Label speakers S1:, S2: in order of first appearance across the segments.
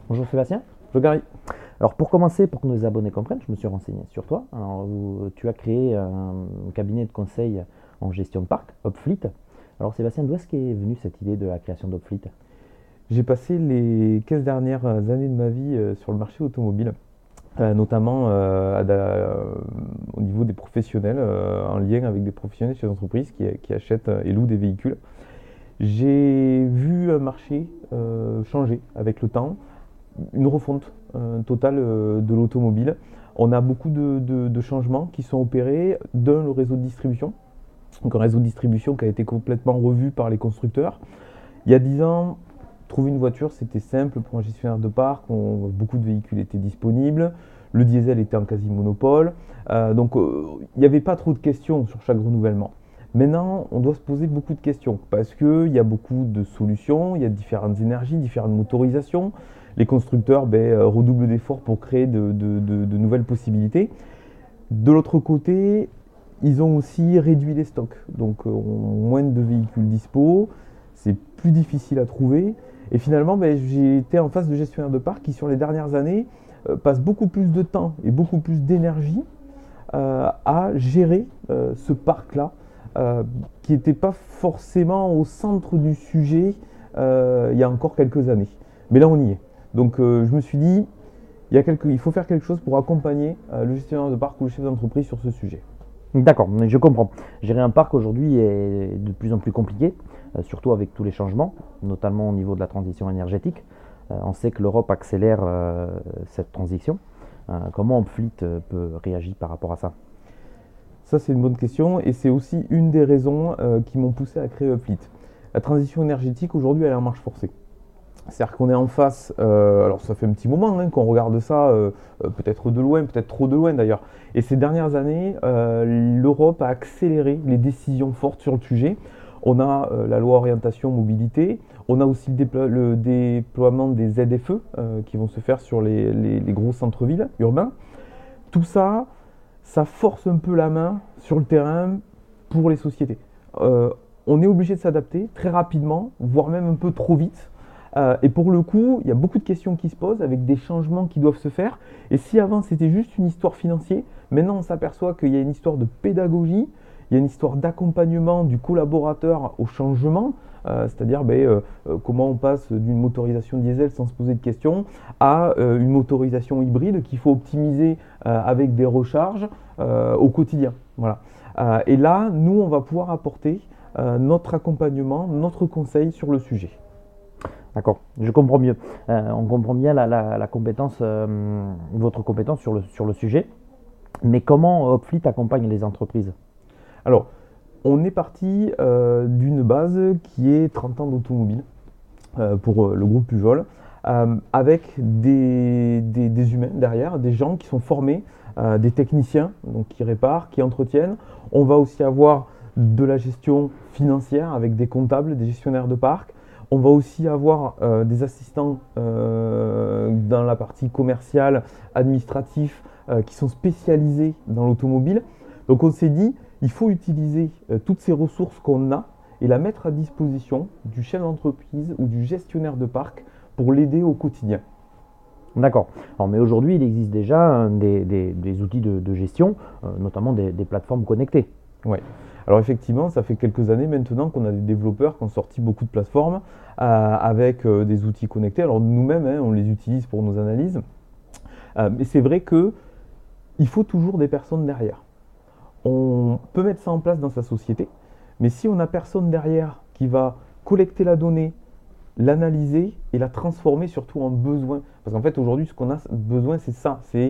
S1: Bonjour Sébastien.
S2: Bonjour Gary.
S1: Alors pour commencer, pour que nos abonnés comprennent, je me suis renseigné sur toi. Alors, tu as créé un cabinet de conseil en gestion de parc, Hopfleet. Alors Sébastien, d'où est-ce qu'est venue cette idée de la création d'Hopfleet?
S2: J'ai passé les 15 dernières années de ma vie sur le marché automobile, notamment au niveau des professionnels, en lien avec des professionnels chez les entreprises qui achètent et louent des véhicules. J'ai vu un marché changer avec le temps, une refonte totale de l'automobile. On a beaucoup de changements qui sont opérés. D'un, le réseau de distribution. Donc un réseau de distribution qui a été complètement revu par les constructeurs. Il y a 10 ans, trouver une voiture, c'était simple pour un gestionnaire de parc. Beaucoup de véhicules étaient disponibles. Le diesel était en quasi-monopole. Il n'y avait pas trop de questions sur chaque renouvellement. Maintenant, on doit se poser beaucoup de questions parce qu'il y a beaucoup de solutions, il y a différentes énergies, différentes motorisations. Les constructeurs redoublent d'efforts pour créer de nouvelles possibilités. De l'autre côté, ils ont aussi réduit les stocks, donc moins de véhicules dispo, c'est plus difficile à trouver. Et finalement, j'ai été en face de gestionnaires de parc qui, sur les dernières années, passent beaucoup plus de temps et beaucoup plus d'énergie à gérer ce parc-là, qui n'était pas forcément au centre du sujet il y a encore quelques années. Mais là, on y est. Donc, je me suis dit, il faut faire quelque chose pour accompagner le gestionnaire de parc ou le chef d'entreprise sur ce sujet.
S1: D'accord, mais je comprends. Gérer un parc aujourd'hui est de plus en plus compliqué, surtout avec tous les changements, notamment au niveau de la transition énergétique. On sait que l'Europe accélère cette transition. Comment Hopfleet peut réagir par rapport à ça?
S2: Ça, c'est une bonne question et c'est aussi une des raisons qui m'ont poussé à créer Upfleet. La transition énergétique, aujourd'hui, elle est en marche forcée. C'est-à-dire qu'on est en face, alors ça fait un petit moment qu'on regarde ça, peut-être de loin, peut-être trop de loin d'ailleurs. Et ces dernières années, l'Europe a accéléré les décisions fortes sur le sujet. On a la loi orientation mobilité, on a aussi le déploiement des ZFE qui vont se faire sur les gros centres-villes urbains. Tout ça, ça force un peu la main sur le terrain pour les sociétés. On est obligé de s'adapter très rapidement, voire même un peu trop vite. Et pour le coup, il y a beaucoup de questions qui se posent avec des changements qui doivent se faire. Et si avant c'était juste une histoire financière, maintenant on s'aperçoit qu'il y a une histoire de pédagogie, il y a une histoire d'accompagnement du collaborateur au changement, c'est-à-dire comment on passe d'une motorisation diesel sans se poser de questions à une motorisation hybride qu'il faut optimiser avec des recharges au quotidien. Voilà. Et là, nous, on va pouvoir apporter notre accompagnement, notre conseil sur le sujet.
S1: D'accord, je comprends mieux. On comprend bien la compétence, votre compétence sur le sujet. Mais comment Hopfleet accompagne les entreprises?
S2: Alors, on est parti d'une base qui est 30 ans d'automobile pour le groupe Pujol, avec des humains derrière, des gens qui sont formés, des techniciens donc, qui réparent, qui entretiennent. On va aussi avoir de la gestion financière avec des comptables, des gestionnaires de parc. On va aussi avoir des assistants dans la partie commerciale, administratif, qui sont spécialisés dans l'automobile. Donc on s'est dit, il faut utiliser toutes ces ressources qu'on a et la mettre à disposition du chef d'entreprise ou du gestionnaire de parc pour l'aider au quotidien.
S1: D'accord. Alors, mais aujourd'hui, il existe déjà des outils de gestion, notamment des plateformes connectées.
S2: Ouais. Alors effectivement, ça fait quelques années maintenant qu'on a des développeurs qui ont sorti beaucoup de plateformes avec des outils connectés. Alors nous-mêmes, on les utilise pour nos analyses. Mais c'est vrai qu'il faut toujours des personnes derrière. On peut mettre ça en place dans sa société, mais si on n'a personne derrière qui va collecter la donnée, l'analyser et la transformer surtout en besoin. Parce qu'en fait, aujourd'hui, ce qu'on a besoin, c'est ça, c'est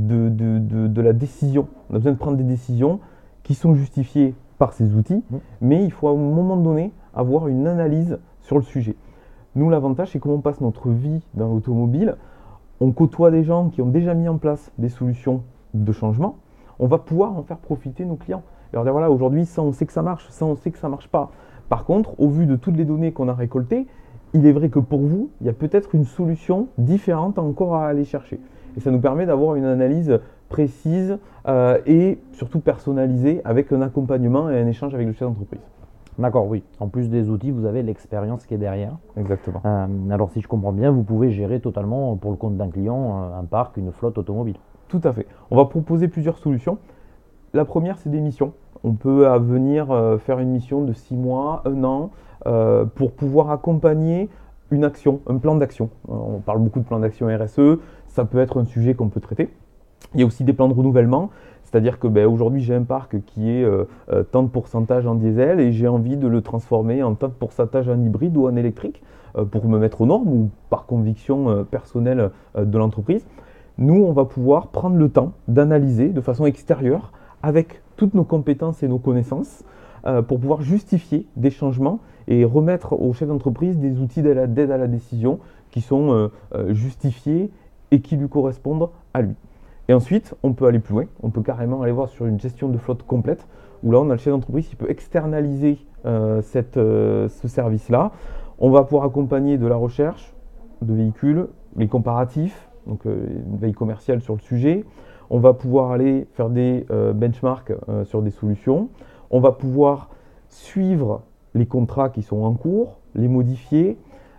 S2: de la décision. On a besoin de prendre des décisions qui sont justifiées par ces outils, mais il faut à un moment donné avoir une analyse sur le sujet. Nous, l'avantage, c'est qu'on passe notre vie dans l'automobile, on côtoie des gens qui ont déjà mis en place des solutions de changement, on va pouvoir en faire profiter nos clients. Et leur dire, voilà, aujourd'hui, ça, on sait que ça marche, ça, on sait que ça ne marche pas. Par contre, au vu de toutes les données qu'on a récoltées, il est vrai que pour vous, il y a peut-être une solution différente encore à aller chercher. Et ça nous permet d'avoir une analyse précise et surtout personnalisée avec un accompagnement et un échange avec le chef d'entreprise.
S1: D'accord, oui. En plus des outils, vous avez l'expérience qui est derrière.
S2: Exactement.
S1: Alors si je comprends bien, vous pouvez gérer totalement pour le compte d'un client un parc, une flotte automobile.
S2: Tout à fait. On va proposer plusieurs solutions. La première, c'est des missions. On peut à venir faire une mission de 6 mois, 1 an, pour pouvoir accompagner une action, un plan d'action. On parle beaucoup de plan d'action RSE, ça peut être un sujet qu'on peut traiter. Il y a aussi des plans de renouvellement, c'est-à-dire que aujourd'hui j'ai un parc qui est tant de pourcentage en diesel et j'ai envie de le transformer en tant de pourcentage en hybride ou en électrique pour me mettre aux normes ou par conviction personnelle de l'entreprise. Nous, on va pouvoir prendre le temps d'analyser de façon extérieure avec toutes nos compétences et nos connaissances pour pouvoir justifier des changements et remettre au chef d'entreprise des outils d'aide à la décision qui sont justifiés et qui lui correspondent à lui. Et ensuite, on peut aller plus loin, on peut carrément aller voir sur une gestion de flotte complète, où là, on a le chef d'entreprise qui peut externaliser ce service-là. On va pouvoir accompagner de la recherche de véhicules, les comparatifs, donc une veille commerciale sur le sujet. On va pouvoir aller faire des benchmarks sur des solutions. On va pouvoir suivre les contrats qui sont en cours, les modifier,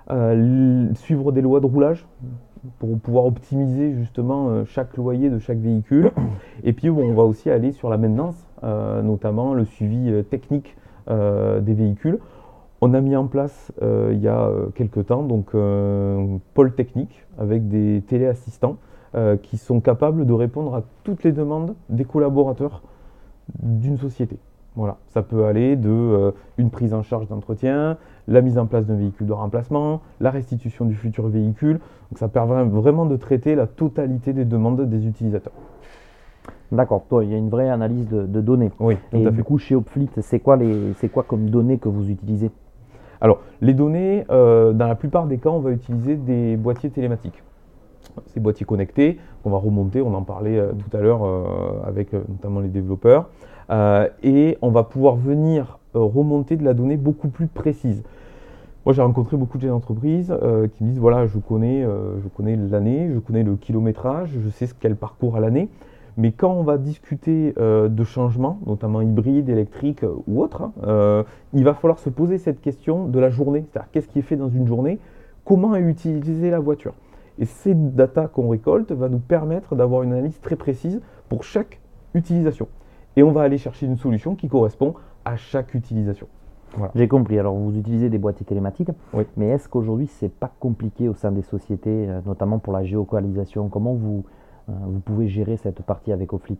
S2: suivre des lois de roulage pour pouvoir optimiser justement chaque loyer de chaque véhicule. Et puis on va aussi aller sur la maintenance, notamment le suivi technique des véhicules. On a mis en place il y a quelques temps donc un pôle technique avec des téléassistants qui sont capables de répondre à toutes les demandes des collaborateurs d'une société. Voilà, ça peut aller de une prise en charge d'entretien, la mise en place d'un véhicule de remplacement, la restitution du futur véhicule. Donc ça permet vraiment de traiter la totalité des demandes des utilisateurs.
S1: D'accord, toi, il y a une vraie analyse de données.
S2: Oui, tout
S1: Et
S2: à fait.
S1: du coup, chez Opfleet, c'est quoi comme données que vous utilisez?
S2: Alors, les données, dans la plupart des cas, on va utiliser des boîtiers télématiques. Ces boîtiers connectés qu'on va remonter, on en parlait tout à l'heure avec notamment les développeurs, et on va pouvoir venir remonter de la donnée beaucoup plus précise. Moi, j'ai rencontré beaucoup de d'entreprises qui me disent voilà, je connais l'année, je connais le kilométrage, je sais ce qu'elle parcourt à l'année, mais quand on va discuter de changements, notamment hybrides, électriques ou autres, il va falloir se poser cette question de la journée, c'est-à-dire qu'est-ce qui est fait dans une journée, comment est utilisée la voiture. Et ces data qu'on récolte va nous permettre d'avoir une analyse très précise pour chaque utilisation. Et on va aller chercher une solution qui correspond à chaque utilisation.
S1: Voilà. J'ai compris. Alors, vous utilisez des boîtiers télématiques,
S2: oui.
S1: Mais est-ce qu'aujourd'hui, c'est pas compliqué au sein des sociétés, notamment pour la géolocalisation? Comment vous pouvez gérer cette partie avec Opfleet?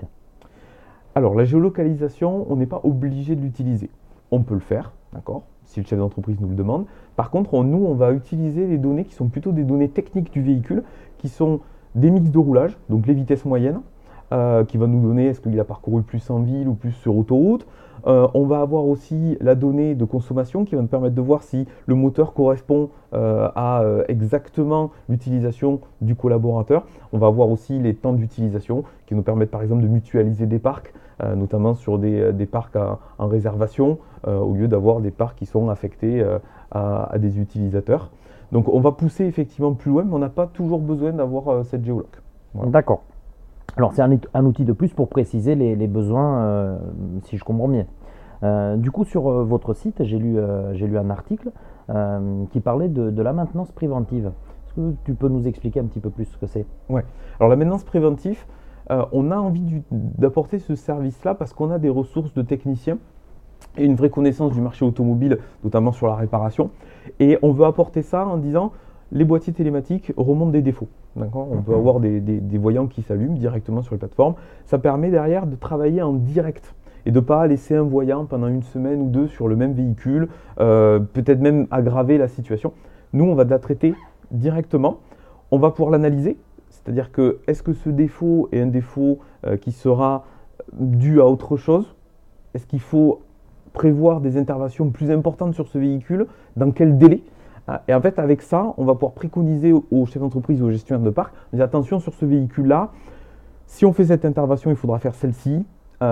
S2: Alors, la géolocalisation, on n'est pas obligé de l'utiliser. On peut le faire, d'accord, si le chef d'entreprise nous le demande. Par contre, nous, on va utiliser les données qui sont plutôt des données techniques du véhicule, qui sont des mix de roulage, donc les vitesses moyennes, qui va nous donner est-ce qu'il a parcouru plus en ville ou plus sur autoroute. On va avoir aussi la donnée de consommation qui va nous permettre de voir si le moteur correspond à exactement l'utilisation du collaborateur. On va avoir aussi les temps d'utilisation qui nous permettent par exemple de mutualiser des parcs, notamment sur des parcs en réservation, au lieu d'avoir des parcs qui sont affectés à des utilisateurs. Donc on va pousser effectivement plus loin, mais on n'a pas toujours besoin d'avoir cette géoloc.
S1: Voilà. D'accord. Alors c'est un outil de plus pour préciser les besoins, si je comprends bien. Du coup, sur votre site, j'ai lu un article qui parlait de la maintenance préventive. Est-ce que tu peux nous expliquer un petit peu plus ce que c'est?
S2: Ouais. Alors la maintenance préventive, on a envie d'apporter ce service-là parce qu'on a des ressources de techniciens et une vraie connaissance du marché automobile, notamment sur la réparation. Et on veut apporter ça en disant les boîtiers télématiques remontent des défauts. On peut avoir des voyants qui s'allument directement sur les plateformes. Ça permet derrière de travailler en direct et de ne pas laisser un voyant pendant une semaine ou deux sur le même véhicule, peut-être même aggraver la situation. Nous, on va la traiter directement. On va pouvoir l'analyser, c'est-à-dire que est-ce que ce défaut est un défaut qui sera dû à autre chose? Est-ce qu'il faut prévoir des interventions plus importantes sur ce véhicule? Dans quel délai? Et en fait, avec ça, on va pouvoir préconiser aux chefs d'entreprise, aux gestionnaires de parc, mais attention sur ce véhicule-là, si on fait cette intervention, il faudra faire celle-ci,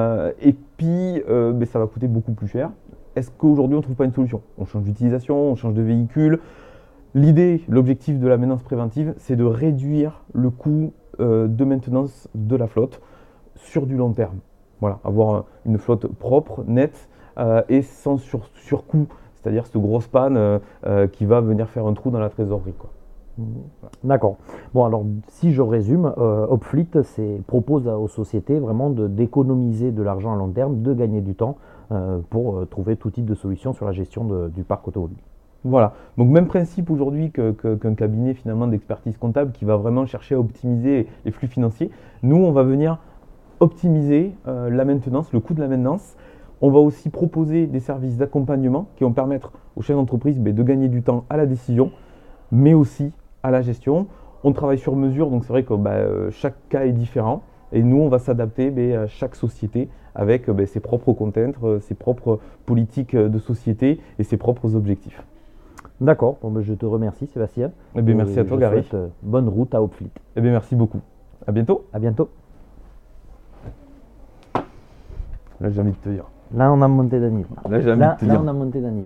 S2: et puis ça va coûter beaucoup plus cher. Est-ce qu'aujourd'hui, on ne trouve pas une solution? On change d'utilisation, on change de véhicule. L'idée, l'objectif de la maintenance préventive, c'est de réduire le coût de maintenance de la flotte sur du long terme. Voilà, avoir une flotte propre, nette, et sans surcoût, c'est-à-dire cette grosse panne qui va venir faire un trou dans la trésorerie, quoi.
S1: D'accord. Bon, alors si je résume, Opfleet propose aux sociétés vraiment d'économiser de l'argent à long terme, de gagner du temps pour trouver tout type de solution sur la gestion du parc automobile.
S2: Voilà, donc même principe aujourd'hui qu'un cabinet finalement d'expertise comptable qui va vraiment chercher à optimiser les flux financiers. Nous, on va venir optimiser la maintenance, le coût de la maintenance. On va aussi proposer des services d'accompagnement qui vont permettre aux chefs d'entreprise de gagner du temps à la décision, mais aussi à la gestion. On travaille sur mesure, donc c'est vrai que chaque cas est différent. Et nous, on va s'adapter à chaque société avec ses propres contraintes, ses propres politiques de société et ses propres objectifs.
S1: D'accord, bon, je te remercie Sébastien.
S2: Merci à toi Gary.
S1: Je souhaite bonne route à Opfleet.
S2: Merci beaucoup. À bientôt.
S1: À bientôt.
S2: Là j'ai envie de te dire.
S1: Là on a monté d'un niveau.
S2: Là j'ai envie de te dire.
S1: Là on a monté d'un niveau.